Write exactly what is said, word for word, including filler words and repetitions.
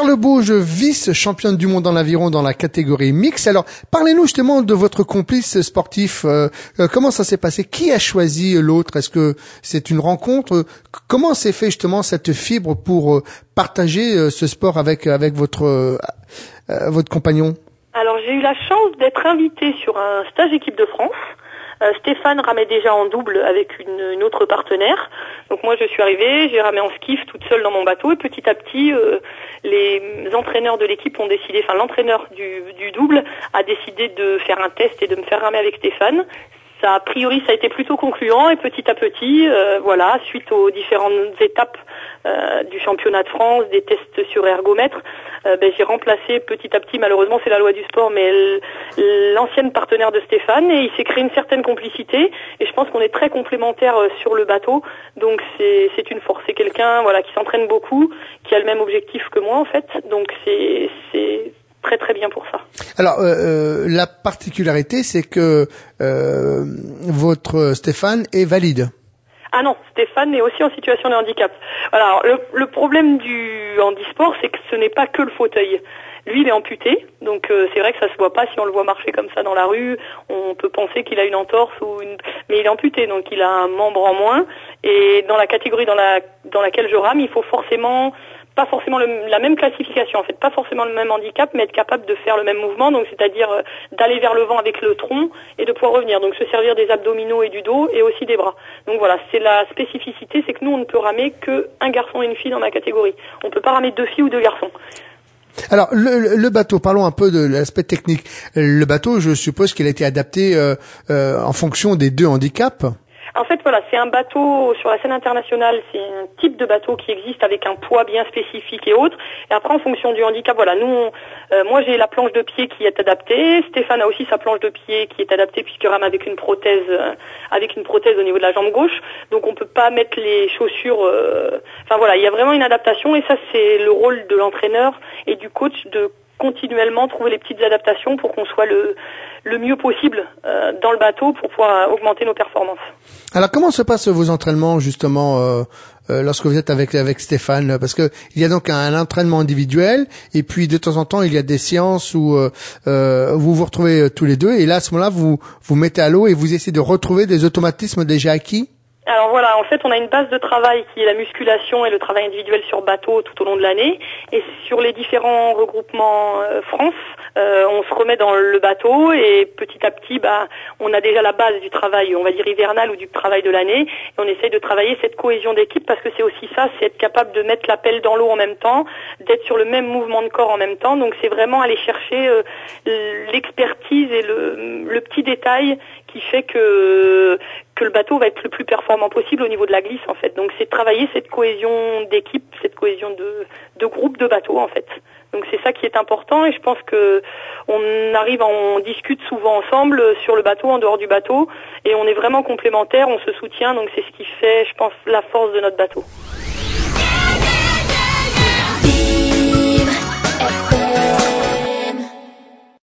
Perle Bauge, vice-championne du monde en aviron dans la catégorie mixte. Alors, parlez-nous justement de votre complice sportif. Euh, euh, comment ça s'est passé? Qui a choisi l'autre? Est-ce que c'est une rencontre? Comment s'est fait justement cette fibre pour euh, partager euh, ce sport avec avec votre euh, euh, votre compagnon? Alors, j'ai eu la chance d'être invitée sur un stage équipe de France. Euh, Stéphane ramait déjà en double avec une, une autre partenaire. Donc moi je suis arrivée, j'ai ramé en skiff toute seule dans mon bateau et petit à petit euh, les entraîneurs de l'équipe ont décidé, enfin l'entraîneur du, du double a décidé de faire un test et de me faire ramer avec Stéphane. Ça, a priori, ça a été plutôt concluant et petit à petit, euh, voilà, suite aux différentes étapes euh, du championnat de France, des tests sur ergomètre, euh, ben, j'ai remplacé petit à petit, malheureusement c'est la loi du sport, mais l'ancienne partenaire de Stéphane et il s'est créé une certaine complicité et je pense qu'on est très complémentaires euh, sur le bateau, donc c'est c'est une force, c'est quelqu'un voilà qui s'entraîne beaucoup, qui a le même objectif que moi en fait, donc c'est c'est très très bien pour ça. Alors euh, la particularité c'est que euh, votre Stéphane est valide. Ah non, Stéphane est aussi en situation de handicap. Voilà, alors, le, le problème du handisport, c'est que ce n'est pas que le fauteuil. Lui, il est amputé, donc euh, c'est vrai que ça se voit pas si on le voit marcher comme ça dans la rue. On peut penser qu'il a une entorse ou une, mais il est amputé, donc il a un membre en moins. Et dans la catégorie dans la dans laquelle je rame, il faut forcément pas forcément le, la même classification, en fait, pas forcément le même handicap, mais être capable de faire le même mouvement, donc c'est-à-dire euh, d'aller vers le vent avec le tronc et de pouvoir revenir, donc se servir des abdominaux et du dos et aussi des bras. Donc voilà, c'est la spécificité, c'est que nous on ne peut ramer qu'un garçon et une fille dans ma catégorie. On peut pas ramer deux filles ou deux garçons. Alors le, le bateau, parlons un peu de l'aspect technique. Le bateau, je suppose qu'il a été adapté euh, euh, en fonction des deux handicaps. En fait, voilà, c'est un bateau sur la scène internationale, c'est un type de bateau qui existe avec un poids bien spécifique et autres. Et après, en fonction du handicap, voilà, nous, on, euh, moi j'ai la planche de pied qui est adaptée. Stéphane a aussi sa planche de pied qui est adaptée puisqu'il rame avec une prothèse, euh, avec une prothèse au niveau de la jambe gauche. Donc on peut pas mettre les chaussures. Euh... Enfin voilà, il y a vraiment une adaptation et ça c'est le rôle de l'entraîneur et du coach de continuellement trouver les petites adaptations pour qu'on soit le le mieux possible euh, dans le bateau pour pouvoir augmenter nos performances. Alors comment se passent vos entraînements justement euh, euh, lorsque vous êtes avec avec Stéphane, parce que il y a donc un, un entraînement individuel et puis de temps en temps il y a des séances où euh, euh, vous vous retrouvez tous les deux et là à ce moment-là vous vous mettez à l'eau et vous essayez de retrouver des automatismes déjà acquis. Alors voilà, en fait, on a une base de travail qui est la musculation et le travail individuel sur bateau tout au long de l'année. Et sur les différents regroupements euh, France, euh, on se remet dans le bateau et petit à petit, bah, on a déjà la base du travail, on va dire hivernal ou du travail de l'année. Et on essaye de travailler cette cohésion d'équipe parce que c'est aussi ça, c'est être capable de mettre la pelle dans l'eau en même temps, d'être sur le même mouvement de corps en même temps. Donc c'est vraiment aller chercher euh, l'expertise et le, le petit détail qui fait que que le bateau va être le plus performant possible au niveau de la glisse en fait. Donc c'est travailler cette cohésion d'équipe, cette cohésion de de groupe de bateau en fait. Donc c'est ça qui est important et je pense que on arrive, on discute souvent ensemble sur le bateau, en dehors du bateau et on est vraiment complémentaires, on se soutient, donc c'est ce qui fait, je pense, la force de notre bateau.